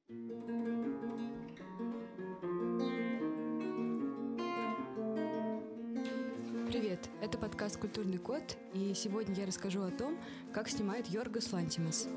Привет, это подкаст «Культурный код», и сегодня я расскажу о том, как снимает Йоргос Лантимос.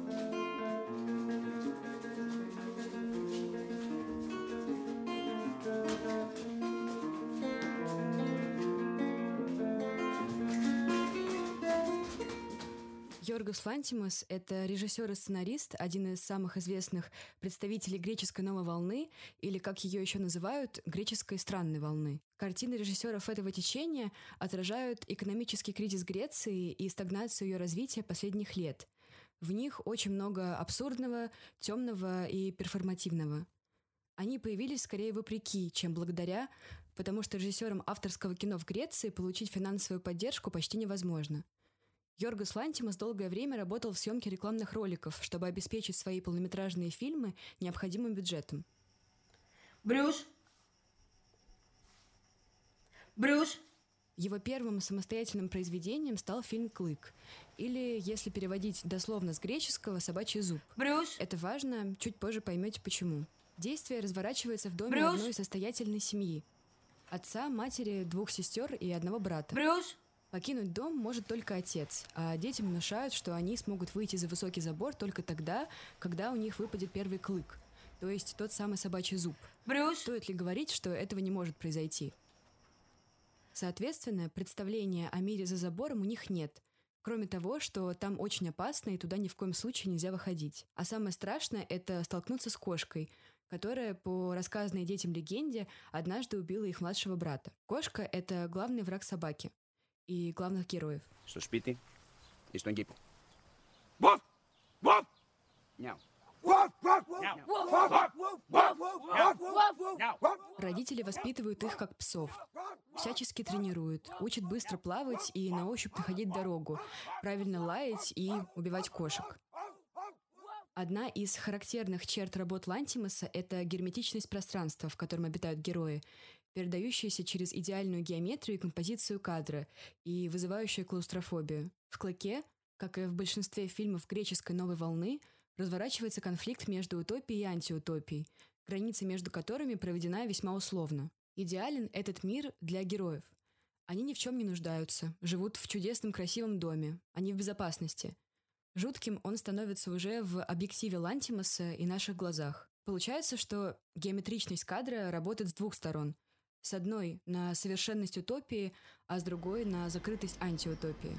Йоргос Лантимос — это режиссер и сценарист, один из самых известных представителей греческой новой волны, или, как ее еще называют, греческой странной волны. Картины режиссеров этого течения отражают экономический кризис Греции и стагнацию ее развития последних лет. В них очень много абсурдного, темного и перформативного. Они появились скорее вопреки, чем благодаря, потому что режиссерам авторского кино в Греции получить финансовую поддержку почти невозможно. Йоргос Лантимос долгое время работал в съемке рекламных роликов, чтобы обеспечить свои полнометражные фильмы необходимым бюджетом. Брюс! Его первым самостоятельным произведением стал фильм «Клык», или, если переводить дословно с греческого, «Собачий зуб». Брюс! Это важно, чуть позже поймете почему. Действие разворачивается в доме одной состоятельной семьи. Отца, матери, 2 сестер и 1 брата. Брюс! Покинуть дом может только отец, а детям внушают, что они смогут выйти за высокий забор только тогда, когда у них выпадет первый клык, то есть тот самый собачий зуб. Брюс! Стоит ли говорить, что этого не может произойти? Соответственно, представления о мире за забором у них нет, кроме того, что там очень опасно и туда ни в коем случае нельзя выходить. А самое страшное — это столкнуться с кошкой, которая, по рассказанной детям легенде, однажды убила их младшего брата. Кошка — это главный враг собаки и главных героев. Στο σπίτι ή στον κήπο. Βοφ! Βοφ! Νιάου. Родители воспитывают их как псов, всячески тренируют, учат быстро плавать и на ощупь находить дорогу, правильно лаять и убивать кошек. Одна из характерных черт работ Лантимоса — это герметичность пространства, в котором обитают герои, передающаяся через идеальную геометрию и композицию кадра и вызывающая клаустрофобию. В «Клыке», как и в большинстве фильмов греческой новой волны, разворачивается конфликт между утопией и антиутопией, граница между которыми проведена весьма условно. Идеален этот мир для героев. Они ни в чем не нуждаются, живут в чудесном красивом доме, они в безопасности. Жутким он становится уже в объективе Лантимоса и наших глазах. Получается, что геометричность кадра работает с 2 сторон. С одной — на совершенность утопии, а с другой — на закрытость антиутопии.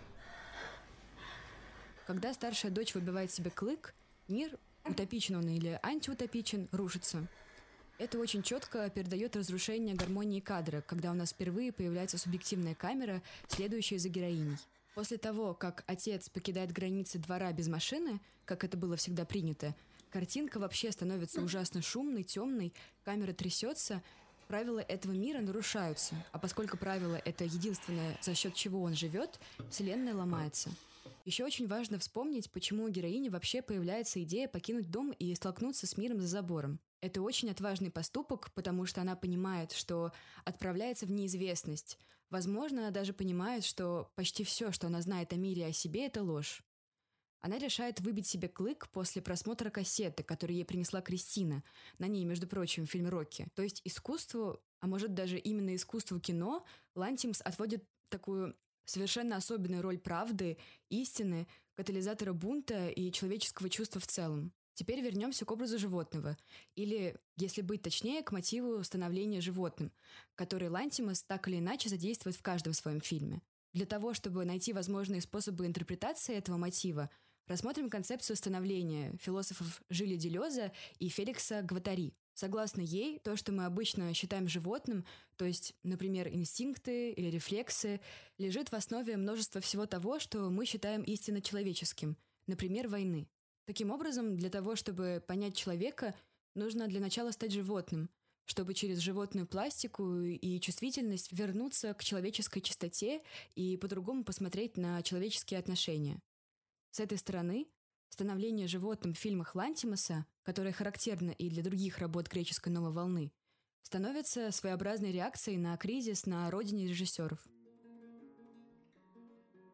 Когда старшая дочь выбивает себе клык, мир, утопичен он или антиутопичен, рушится. Это очень четко передает разрушение гармонии кадра, когда у нас впервые появляется субъективная камера, следующая за героиней. После того, как отец покидает границы двора без машины, как это было всегда принято, картинка вообще становится ужасно шумной, темной, камера трясется, правила этого мира нарушаются, а поскольку правило — это единственное, за счет чего он живет, вселенная ломается. Еще очень важно вспомнить, почему у героини вообще появляется идея покинуть дом и столкнуться с миром за забором. Это очень отважный поступок, потому что она понимает, что отправляется в неизвестность. Возможно, она даже понимает, что почти все, что она знает о мире и о себе, — это ложь. Она решает выбить себе клык после просмотра кассеты, которую ей принесла Кристина. На ней, между прочим, фильм «Рокки». То есть искусству, а может даже именно искусству кино, Лантимос отводит такую совершенно особенную роль правды, истины, катализатора бунта и человеческого чувства в целом. Теперь вернемся к образу животного, или, если быть точнее, к мотиву становления животным, который Лантимос так или иначе задействует в каждом своем фильме. Для того, чтобы найти возможные способы интерпретации этого мотива, рассмотрим концепцию становления философов Жиля Делеза и Феликса Гваттари. Согласно ей, то, что мы обычно считаем животным, то есть, например, инстинкты или рефлексы, лежит в основе множества всего того, что мы считаем истинно человеческим, например, войны. Таким образом, для того, чтобы понять человека, нужно для начала стать животным, чтобы через животную пластику и чувствительность вернуться к человеческой чистоте и по-другому посмотреть на человеческие отношения. С этой стороны, становление животным в фильмах Лантимоса, которое характерно и для других работ греческой новой волны, становится своеобразной реакцией на кризис на родине режиссеров.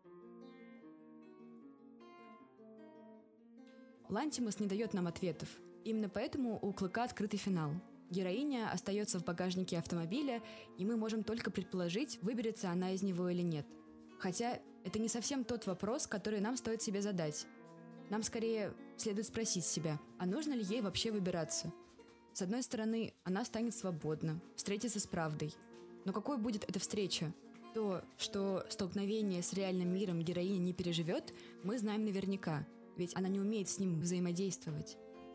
Лантимос не дает нам ответов. Именно поэтому у Клыка открытый финал. Героиня остается в багажнике автомобиля, и мы можем только предположить, выберется она из него или нет. Хотя это не совсем тот вопрос, который нам стоит себе задать. Нам скорее следует спросить себя, а нужно ли ей вообще выбираться? С одной стороны, она станет свободна, встретится с правдой. Но какой будет эта встреча? То, что столкновение с реальным миром героиня не переживет, мы знаем наверняка, ведь она не умеет с ним взаимодействовать.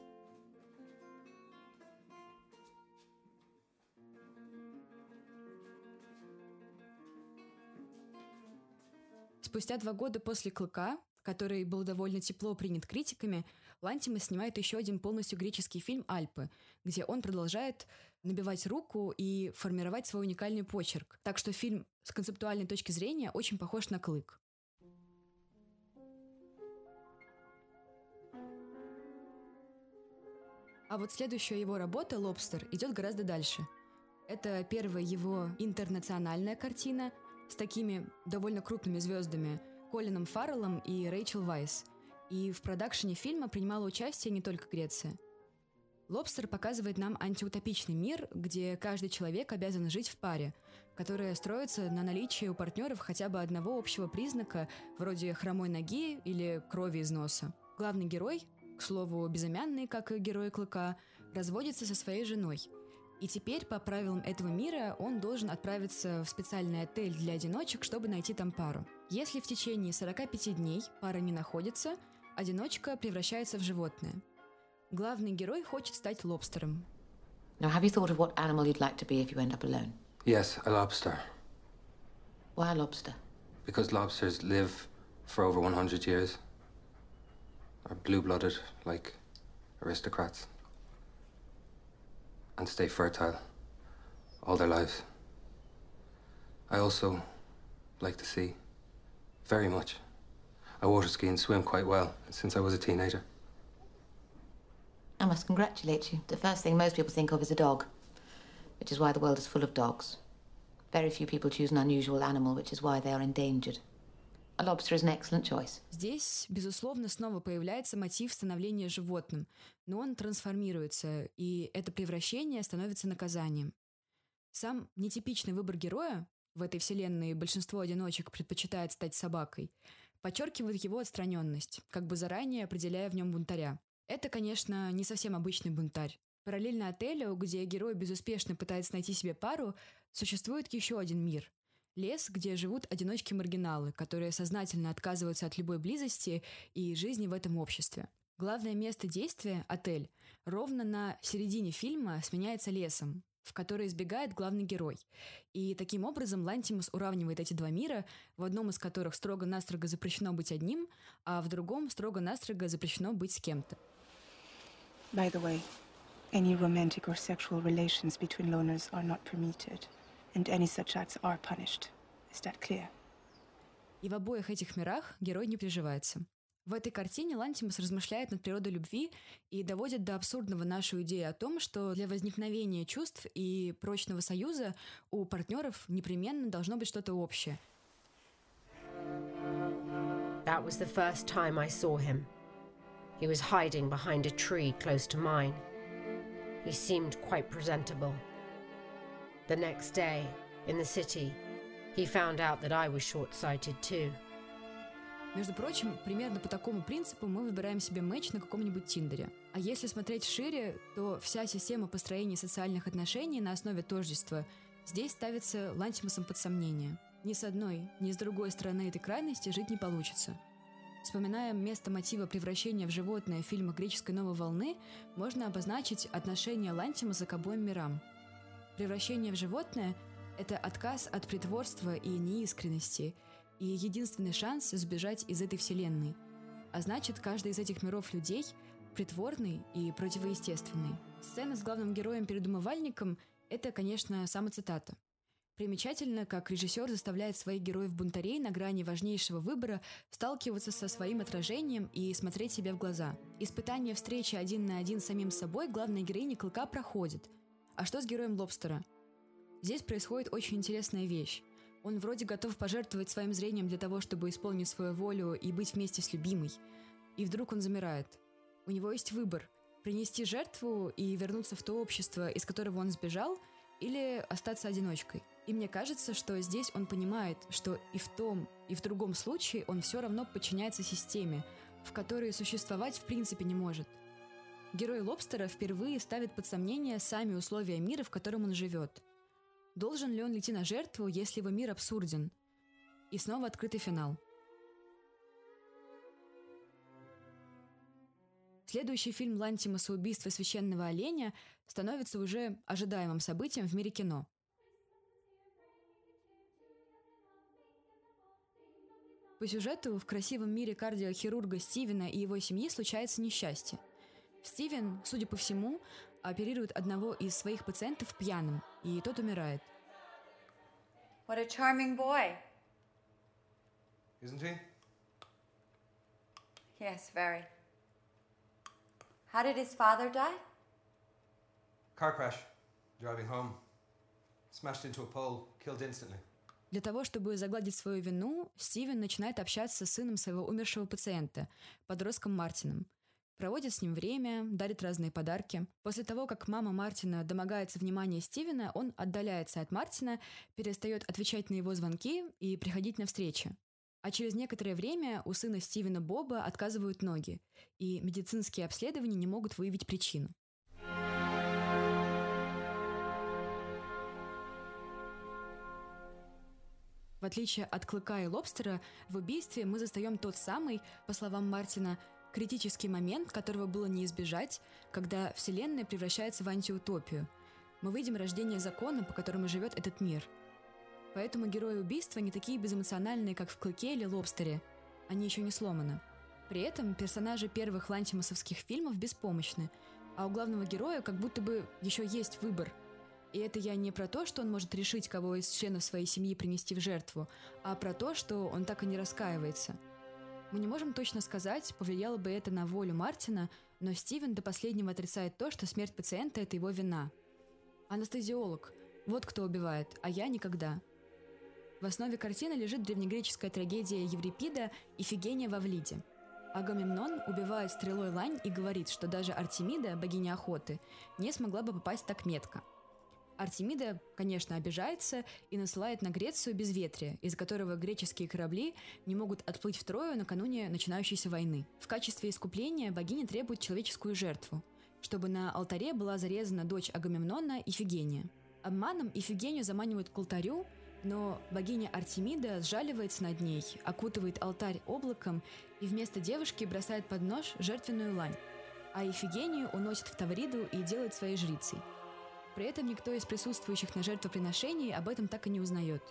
Спустя 2 года после «Клыка», который был довольно тепло принят критиками, Лантимос снимает еще один полностью греческий фильм «Альпы», где он продолжает набивать руку и формировать свой уникальный почерк. Так что фильм с концептуальной точки зрения очень похож на «Клык». А вот следующая его работа «Лобстер» идет гораздо дальше. Это первая его интернациональная картина с такими довольно крупными звездами Колином Фарреллом и Рэйчел Вайс. И в продакшене фильма принимала участие не только Греция. «Лобстер» показывает нам антиутопичный мир, где каждый человек обязан жить в паре, которая строится на наличии у партнеров хотя бы одного общего признака, вроде хромой ноги или крови из носа. Главный герой, к слову, безымянный, как и герой «Клыка», разводится со своей женой. И теперь, по правилам этого мира, он должен отправиться в специальный отель для одиночек, чтобы найти там пару. Если в течение 45 дней пара не находится, одиночка превращается в животное. Главный герой хочет стать лобстером. Now, have you thought of what animal you'd like to be if you end up alone? Yes, a lobster. Why a lobster? Because lobsters live for over 100 years. Are blue-blooded, like aristocrats. And stay fertile all their lives. I also like the sea. Very much. I water ski and swim quite well since I was a teenager. I must congratulate you. The first thing most people think of is a dog, which is why the world is full of dogs. Very few people choose an unusual animal, which is why they are endangered. A lobster is an excellent choice. Здесь, безусловно, снова появляется мотив становления животным, но он трансформируется, и это превращение становится наказанием. Сам нетипичный выбор героя, в этой вселенной большинство одиночек предпочитает стать собакой, подчеркивает его отстраненность, как бы заранее определяя в нем бунтаря. Это, конечно, не совсем обычный бунтарь. Параллельно отелю, где герой безуспешно пытается найти себе пару, существует еще один мир. Лес, где живут одиночки-маргиналы, которые сознательно отказываются от любой близости и жизни в этом обществе. Главное место действия, отель, ровно на середине фильма сменяется лесом, в который избегает главный герой. И таким образом Лантимос уравнивает эти два мира, в одном из которых строго-настрого запрещено быть одним, а в другом строго-настрого запрещено быть с кем-то. By the way, any romantic or sexual relations between loners are not permitted, and any such acts are punished. Is that clear? И в обоих этих мирах герой не приживается. В этой картине Лантимос размышляет над природой любви и доводит до абсурдного нашу идею о том, что для возникновения чувств и прочного союза у партнеров непременно должно быть что-то общее. That was the first time I saw him. He was hiding behind a tree close to mine. He seemed quite presentable. The next day, in the city, he found out that I was short-sighted too. Между прочим, примерно по такому принципу мы выбираем себе матч на каком-нибудь Тиндере. А если смотреть шире, то вся система построения социальных отношений на основе тождества здесь ставится Лантимосом под сомнение. Ни с одной, ни с другой стороны этой крайности жить не получится. Вспоминая место мотива превращения в животное в фильмах греческой новой волны, можно обозначить отношение Лантимоса к обоим мирам. Превращение в животное – это отказ от притворства и неискренности, и единственный шанс сбежать из этой вселенной. А значит, каждый из этих миров людей притворный и противоестественный. Сцена с главным героем перед умывальником – это, конечно, самоцитата. Примечательно, как режиссер заставляет своих героев-бунтарей на грани важнейшего выбора сталкиваться со своим отражением и смотреть себе в глаза. Испытание встречи один на один с самим собой главная героиня «Клыка» проходит. А что с героем «Лобстера»? Здесь происходит очень интересная вещь. Он вроде готов пожертвовать своим зрением для того, чтобы исполнить свою волю и быть вместе с любимой. И вдруг он замирает. У него есть выбор Принести жертву и вернуться в то общество, из которого он сбежал, или остаться одиночкой. И мне кажется, что здесь он понимает, что и в том, и в другом случае он все равно подчиняется системе, в которой существовать в принципе не может. Герой «Лобстера» впервые ставит под сомнение сами условия мира, в котором он живет. Должен ли он идти на жертву, если его мир абсурден? И снова открытый финал. Следующий фильм Лантимоса «Убийство священного оленя» становится уже ожидаемым событием в мире кино. По сюжету в красивом мире кардиохирурга Стивена и его семьи случается несчастье. Стивен, судя по всему, оперирует одного из своих пациентов пьяным, и тот умирает. What a charming boy. Isn't he? Yes, very. How did his father die? Car crash. Driving home. Smashed into a pole. Killed instantly. Для того, чтобы загладить свою вину, Стивен начинает общаться с сыном своего умершего пациента, подростком Мартином. Проводит с ним время, дарит разные подарки. После того, как мама Мартина домогается внимания Стивена, он отдаляется от Мартина, перестает отвечать на его звонки и приходить на встречи. А через некоторое время у сына Стивена Боба отказывают ноги, и медицинские обследования не могут выявить причину. В отличие от Клыка и Лобстера, в «Убийстве» мы застаем тот самый, по словам Мартина, критический момент, которого было не избежать, когда Вселенная превращается в антиутопию. Мы видим рождение закона, по которому живет этот мир. Поэтому герои «Убийства» не такие безэмоциональные, как в «Клыке» или «Лобстере». Они еще не сломаны. При этом персонажи первых лантимосовских фильмов беспомощны, а у главного героя как будто бы еще есть выбор. И это я не про то, что он может решить, кого из членов своей семьи принести в жертву, а про то, что он так и не раскаивается. Мы не можем точно сказать, повлияло бы это на волю Мартина, но Стивен до последнего отрицает то, что смерть пациента – это его вина. Анестезиолог – вот кто убивает, а я никогда. В основе картины лежит древнегреческая трагедия Еврипида «Ифигения в Авлиде». Агамемнон убивает стрелой лань и говорит, что даже Артемида, богиня охоты, не смогла бы попасть так метко. Артемида, конечно, обижается и насылает на Грецию безветрие, из-за которого греческие корабли не могут отплыть в Трою накануне начинающейся войны. В качестве искупления богиня требует человеческую жертву, чтобы на алтаре была зарезана дочь Агамемнона Ифигения. Обманом Ифигению заманивают к алтарю, но богиня Артемида сжаливается над ней, окутывает алтарь облаком и вместо девушки бросает под нож жертвенную лань, а Ифигению уносит в Тавриду и делает своей жрицей. При этом никто из присутствующих на жертвоприношении об этом так и не узнает.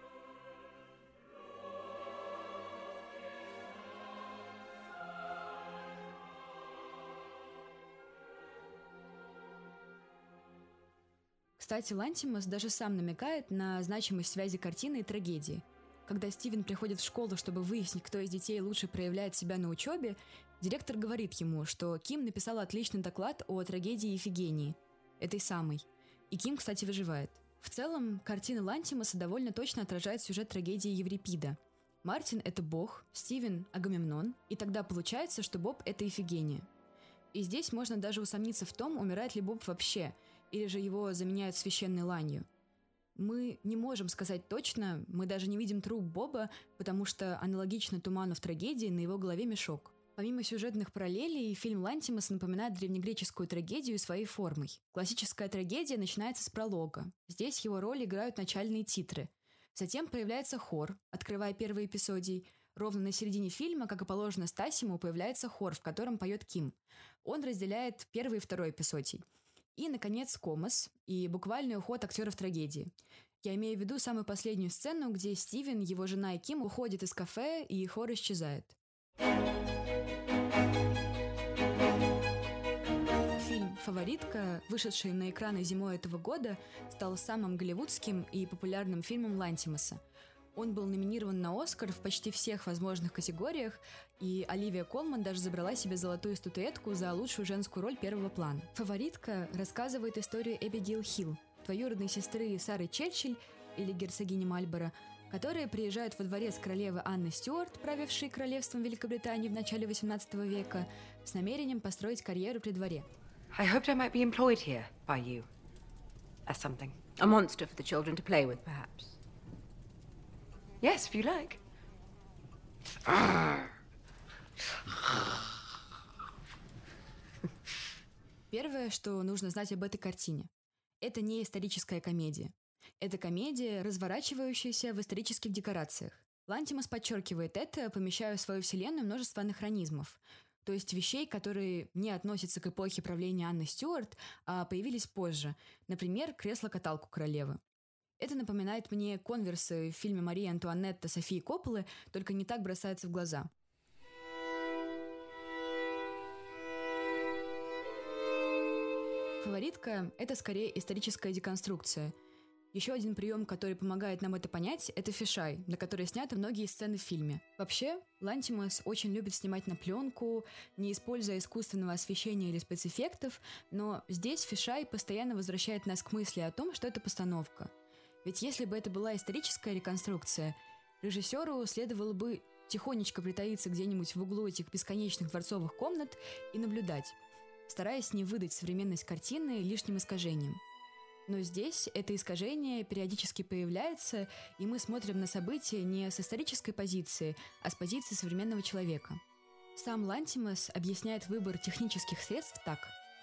Кстати, Лантимос даже сам намекает на значимость связи картины и трагедии. Когда Стивен приходит в школу, чтобы выяснить, кто из детей лучше проявляет себя на учебе, директор говорит ему, что Ким написала отличный доклад о трагедии Ифигении, этой самой. И Ким, кстати, выживает. В целом, картина Лантимоса довольно точно отражает сюжет трагедии Еврипида. Мартин – это бог, Стивен – Агамемнон, и тогда получается, что Боб – это Ифигения. И здесь можно даже усомниться в том, умирает ли Боб вообще, или же его заменяют священной ланью. Мы не можем сказать точно, мы даже не видим труп Боба, потому что аналогично Туману в трагедии на его голове мешок. Помимо сюжетных параллелей, фильм Лантимос напоминает древнегреческую трагедию своей формой. Классическая трагедия начинается с пролога. Здесь его роль играют начальные титры. Затем появляется хор, открывая первый эпизодий. Ровно на середине фильма, как и положено Стасиму, появляется хор, в котором поет Ким. Он разделяет первый и второй эпизодий. И, наконец, комос и буквальный уход актеров трагедии. Я имею в виду самую последнюю сцену, где Стивен, его жена и Ким уходят из кафе, и хор исчезает. Фильм «Фаворитка», вышедший на экраны зимой этого года, стал самым голливудским и популярным фильмом Лантимоса. Он был номинирован на «Оскар» в почти всех возможных категориях, и Оливия Колман даже забрала себе золотую статуэтку за лучшую женскую роль первого плана. «Фаворитка» рассказывает историю Эбигейл Хилл, двоюродной сестры Сары Черчилль, или герцогини Мальборо, которая приезжает во дворец королевы Анны Стюарт, правившей королевством Великобритании в начале XVIII века, с намерением построить карьеру при дворе. I hoped I might be employed here by you. As something. A monster for the children to play with, perhaps. Yes, if you like. Первое, что нужно знать об этой картине. Это не историческая комедия. Это комедия, разворачивающаяся в исторических декорациях. Лантимос подчеркивает это, помещая в свою вселенную множество анахронизмов, то есть вещей, которые не относятся к эпохе правления Анны Стюарт, а появились позже. Например, кресло-каталку королевы. Это напоминает мне конверсы в фильме «Мария Антуанетта» Софии Копполы, только не так бросается в глаза. «Фаворитка» — это скорее историческая деконструкция. Еще один прием, который помогает нам это понять, это фишай, на который сняты многие сцены в фильме. Вообще, Лантимос очень любит снимать на пленку, не используя искусственного освещения или спецэффектов, но здесь фишай постоянно возвращает нас к мысли о том, что это постановка. Ведь если бы это была историческая реконструкция, режиссеру следовало бы тихонечко притаиться где-нибудь в углу этих бесконечных дворцовых комнат и наблюдать, стараясь не выдать современность картины лишним искажением. Но здесь это искажение периодически появляется, и мы смотрим на события не с исторической позиции, а с позиции современного человека. Сам Лантимос объясняет выбор технических средств так.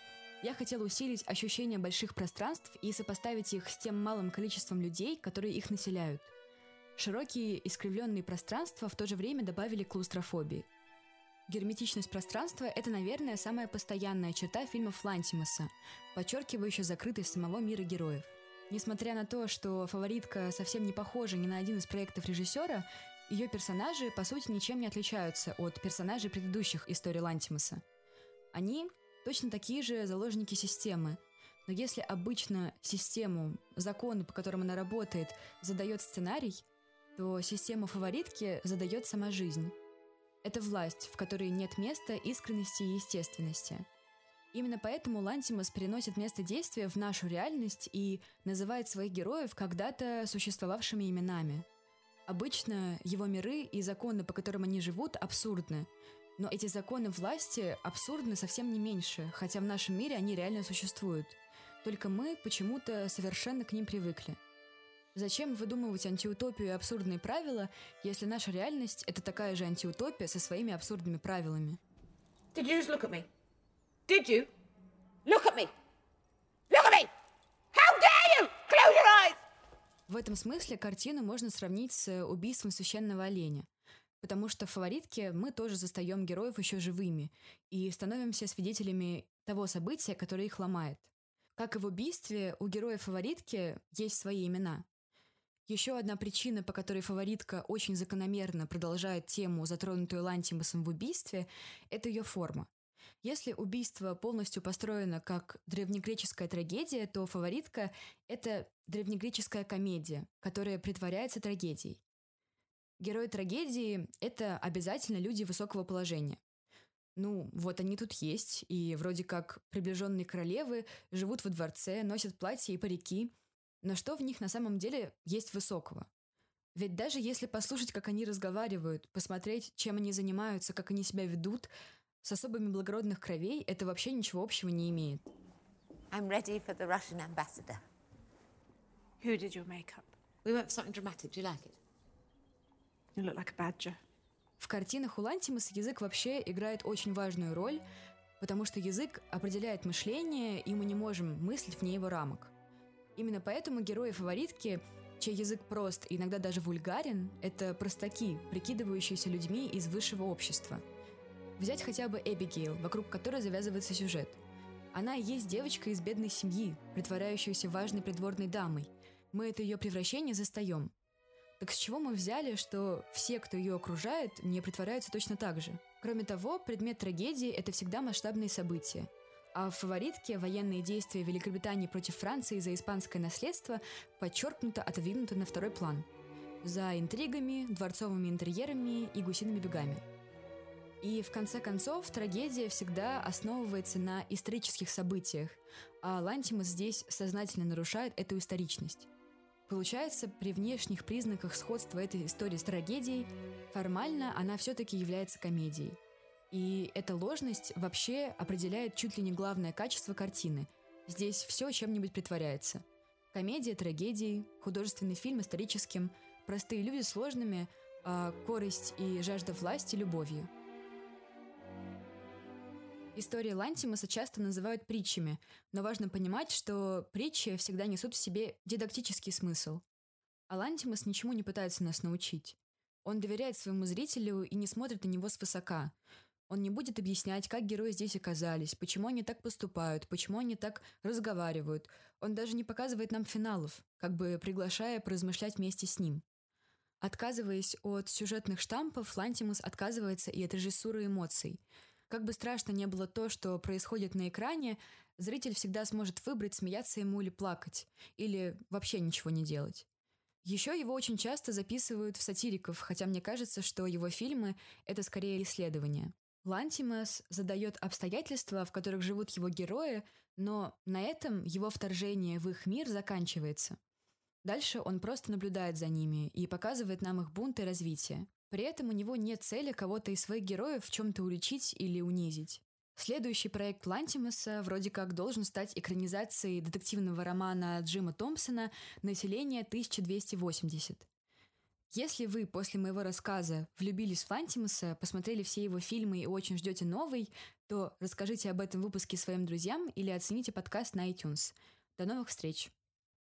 «Я хотел усилить ощущение больших пространств и сопоставить их с тем малым количеством людей, которые их населяют. Широкие искривленные пространства в то же время добавили клаустрофобии. Герметичность пространства – это, наверное, самая постоянная черта фильмов Лантимоса, подчеркивающая закрытость самого мира героев. Несмотря на то, что «Фаворитка» совсем не похожа ни на один из проектов режиссера, ее персонажи, по сути, ничем не отличаются от персонажей предыдущих историй Лантимоса. Они точно такие же заложники системы, но если обычно систему, законы, по которым она работает, задает сценарий, то систему «Фаворитки» задает сама жизнь. Это власть, в которой нет места искренности и естественности. Именно поэтому Лантимос переносит место действия в нашу реальность и называет своих героев когда-то существовавшими именами. Обычно его миры и законы, по которым они живут, абсурдны. Но эти законы власти абсурдны совсем не меньше, хотя в нашем мире они реально существуют. Только мы почему-то совершенно к ним привыкли. Зачем выдумывать антиутопию и абсурдные правила, если наша реальность — это такая же антиутопия со своими абсурдными правилами? Did you just look at me? Did you? Look at me! Look at me! How dare you! Close your eyes! В этом смысле картину можно сравнить с убийством священного оленя, потому что в «Фаворитке» мы тоже застаем героев еще живыми и становимся свидетелями того события, которое их ломает. Как и в убийстве, у героев «Фаворитки» есть свои имена. Еще одна причина, по которой «Фаворитка» очень закономерно продолжает тему, затронутую Лантимосом в убийстве, это ее форма. Если убийство полностью построено как древнегреческая трагедия, то «Фаворитка» — это древнегреческая комедия, которая притворяется трагедией. Герои трагедии — это обязательно люди высокого положения. Ну, вот они тут есть, и вроде как приближенные королевы живут во дворце, носят платья и парики. Но что в них на самом деле есть высокого? Ведь даже если послушать, как они разговаривают, посмотреть, чем они занимаются, как они себя ведут, с особыми благородных кровей это вообще ничего общего не имеет. I'm ready for the Russian ambassador. Who did your makeup? We went for something dramatic. Do you like it? You look like a badger. В картинах у Лантимоса язык вообще играет очень важную роль, потому что язык определяет мышление, и мы не можем мыслить вне его рамок. Именно поэтому герои «Фаворитки», чей язык прост и иногда даже вульгарен, это простаки, прикидывающиеся людьми из высшего общества. Взять хотя бы Эбигейл, вокруг которой завязывается сюжет. Она и есть девочка из бедной семьи, притворяющаяся важной придворной дамой. Мы это ее превращение застаем. Так с чего мы взяли, что все, кто ее окружает, не притворяются точно так же? Кроме того, предмет трагедии — это всегда масштабные события. А в «Фаворитке» военные действия Великобритании против Франции за испанское наследство подчеркнуто отодвинуты на второй план. За интригами, дворцовыми интерьерами и гусиными бегами. И в конце концов, трагедия всегда основывается на исторических событиях, а Лантимос здесь сознательно нарушает эту историчность. Получается, при внешних признаках сходства этой истории с трагедией, формально она все-таки является комедией. И эта ложность вообще определяет чуть ли не главное качество картины. Здесь все чем-нибудь притворяется. Комедия трагедией, художественный фильм историческим, простые люди сложными, а корость и жажда власти любовью. Истории Лантимуса часто называют притчами, но важно понимать, что притчи всегда несут в себе дидактический смысл. А Лантимус ничему не пытается нас научить. Он доверяет своему зрителю и не смотрит на него свысока. Он не будет объяснять, как герои здесь оказались, почему они так поступают, почему они так разговаривают. Он даже не показывает нам финалов, как бы приглашая поразмышлять вместе с ним. Отказываясь от сюжетных штампов, Лантимус отказывается и от режиссуры эмоций. Как бы страшно не было то, что происходит на экране, зритель всегда сможет выбрать, смеяться ему или плакать, или вообще ничего не делать. Еще его очень часто записывают в сатириков, хотя мне кажется, что его фильмы — это скорее исследования. Лантимус задает обстоятельства, в которых живут его герои, но на этом его вторжение в их мир заканчивается. Дальше он просто наблюдает за ними и показывает нам их бунт и развитие. При этом у него нет цели кого-то из своих героев в чем-то уличить или унизить. Следующий проект Лантимуса вроде как должен стать экранизацией детективного романа Джима Томпсона «Население 1280». Если вы после моего рассказа влюбились в Лантимуса, посмотрели все его фильмы и очень ждете новый, то расскажите об этом выпуске своим друзьям или оцените подкаст на iTunes. До новых встреч!